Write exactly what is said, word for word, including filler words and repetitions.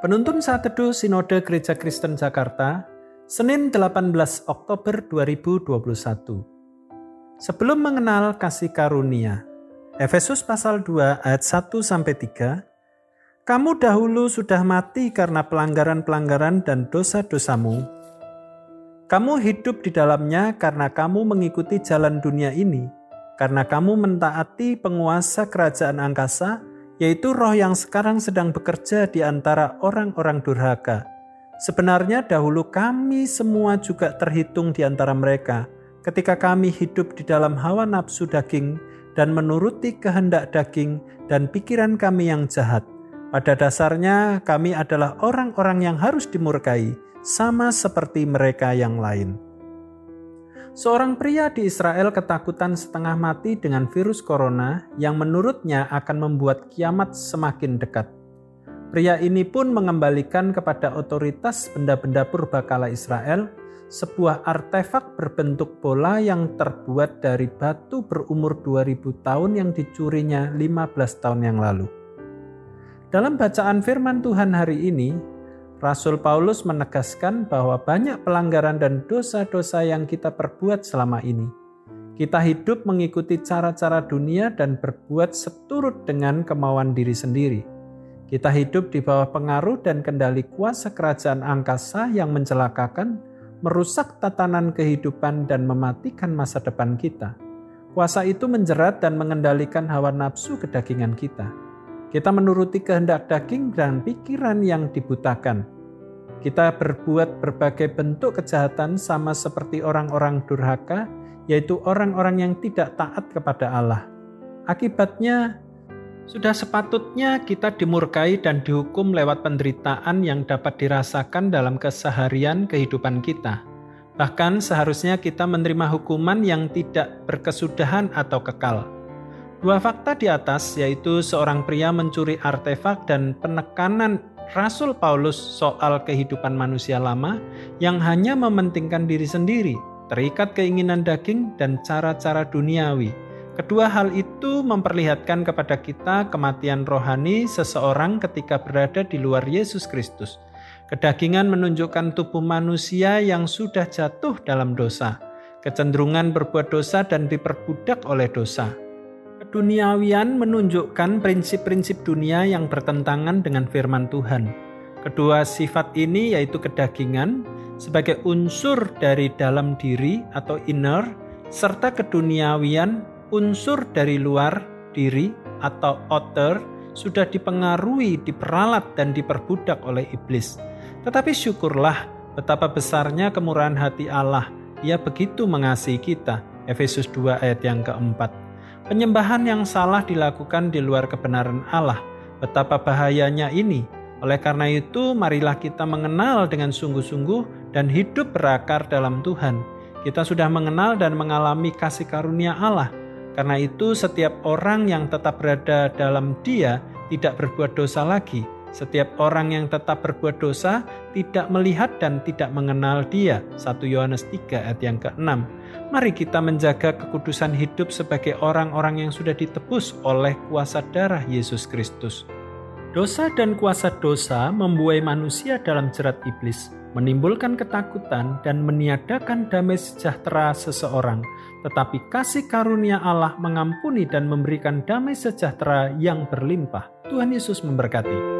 Penuntun Saat Teduh Sinode Gereja Kristen Jakarta, Senin delapan belas Oktober dua ribu dua puluh satu. Sebelum mengenal kasih karunia, Efesus pasal dua ayat satu sampai tiga, kamu dahulu sudah mati karena pelanggaran-pelanggaran dan dosa-dosamu. Kamu hidup di dalamnya karena kamu mengikuti jalan dunia ini, karena kamu mentaati penguasa kerajaan angkasa, yaitu roh yang sekarang sedang bekerja di antara orang-orang durhaka. Sebenarnya dahulu kami semua juga terhitung di antara mereka, ketika kami hidup di dalam hawa nafsu daging dan menuruti kehendak daging dan pikiran kami yang jahat. Pada dasarnya kami adalah orang-orang yang harus dimurkai, sama seperti mereka yang lain. Seorang pria di Israel ketakutan setengah mati dengan virus corona yang menurutnya akan membuat kiamat semakin dekat. Pria ini pun mengembalikan kepada otoritas benda-benda purbakala Israel sebuah artefak berbentuk bola yang terbuat dari batu berumur dua ribu tahun yang dicurinya lima belas tahun yang lalu. Dalam bacaan firman Tuhan hari ini, Rasul Paulus menegaskan bahwa banyak pelanggaran dan dosa-dosa yang kita perbuat selama ini. Kita hidup mengikuti cara-cara dunia dan berbuat seturut dengan kemauan diri sendiri. Kita hidup di bawah pengaruh dan kendali kuasa kerajaan angkasa yang mencelakakan, merusak tatanan kehidupan dan mematikan masa depan kita. Kuasa itu menjerat dan mengendalikan hawa nafsu kedagingan kita. Kita menuruti kehendak daging dan pikiran yang dibutakan. Kita berbuat berbagai bentuk kejahatan sama seperti orang-orang durhaka, yaitu orang-orang yang tidak taat kepada Allah. Akibatnya, sudah sepatutnya kita dimurkai dan dihukum lewat penderitaan yang dapat dirasakan dalam keseharian kehidupan kita. Bahkan seharusnya kita menerima hukuman yang tidak berkesudahan atau kekal. Dua fakta di atas, yaitu seorang pria mencuri artefak dan penekanan Rasul Paulus soal kehidupan manusia lama yang hanya mementingkan diri sendiri, terikat keinginan daging dan cara-cara duniawi. Kedua hal itu memperlihatkan kepada kita kematian rohani seseorang ketika berada di luar Yesus Kristus. Kedagingan menunjukkan tubuh manusia yang sudah jatuh dalam dosa, kecenderungan berbuat dosa dan diperbudak oleh dosa. Keduniawian menunjukkan prinsip-prinsip dunia yang bertentangan dengan firman Tuhan. Kedua sifat ini yaitu kedagingan sebagai unsur dari dalam diri atau inner, serta keduniawian unsur dari luar diri atau outer sudah dipengaruhi, diperalat dan diperbudak oleh iblis. Tetapi syukurlah betapa besarnya kemurahan hati Allah. Ia begitu mengasihi kita. Efesus dua ayat yang keempat. Penyembahan yang salah dilakukan di luar kebenaran Allah. Betapa bahayanya ini. Oleh karena itu, marilah kita mengenal dengan sungguh-sungguh dan hidup berakar dalam Tuhan. Kita sudah mengenal dan mengalami kasih karunia Allah. Karena itu, setiap orang yang tetap berada dalam Dia tidak berbuat dosa lagi. Setiap orang yang tetap berbuat dosa tidak melihat dan tidak mengenal Dia. satu Yohanes tiga ayat yang keenam. Mari kita menjaga kekudusan hidup sebagai orang-orang yang sudah ditebus oleh kuasa darah Yesus Kristus. Dosa dan kuasa dosa membuai manusia dalam jerat iblis, menimbulkan ketakutan dan meniadakan damai sejahtera seseorang. Tetapi kasih karunia Allah mengampuni dan memberikan damai sejahtera yang berlimpah. Tuhan Yesus memberkati.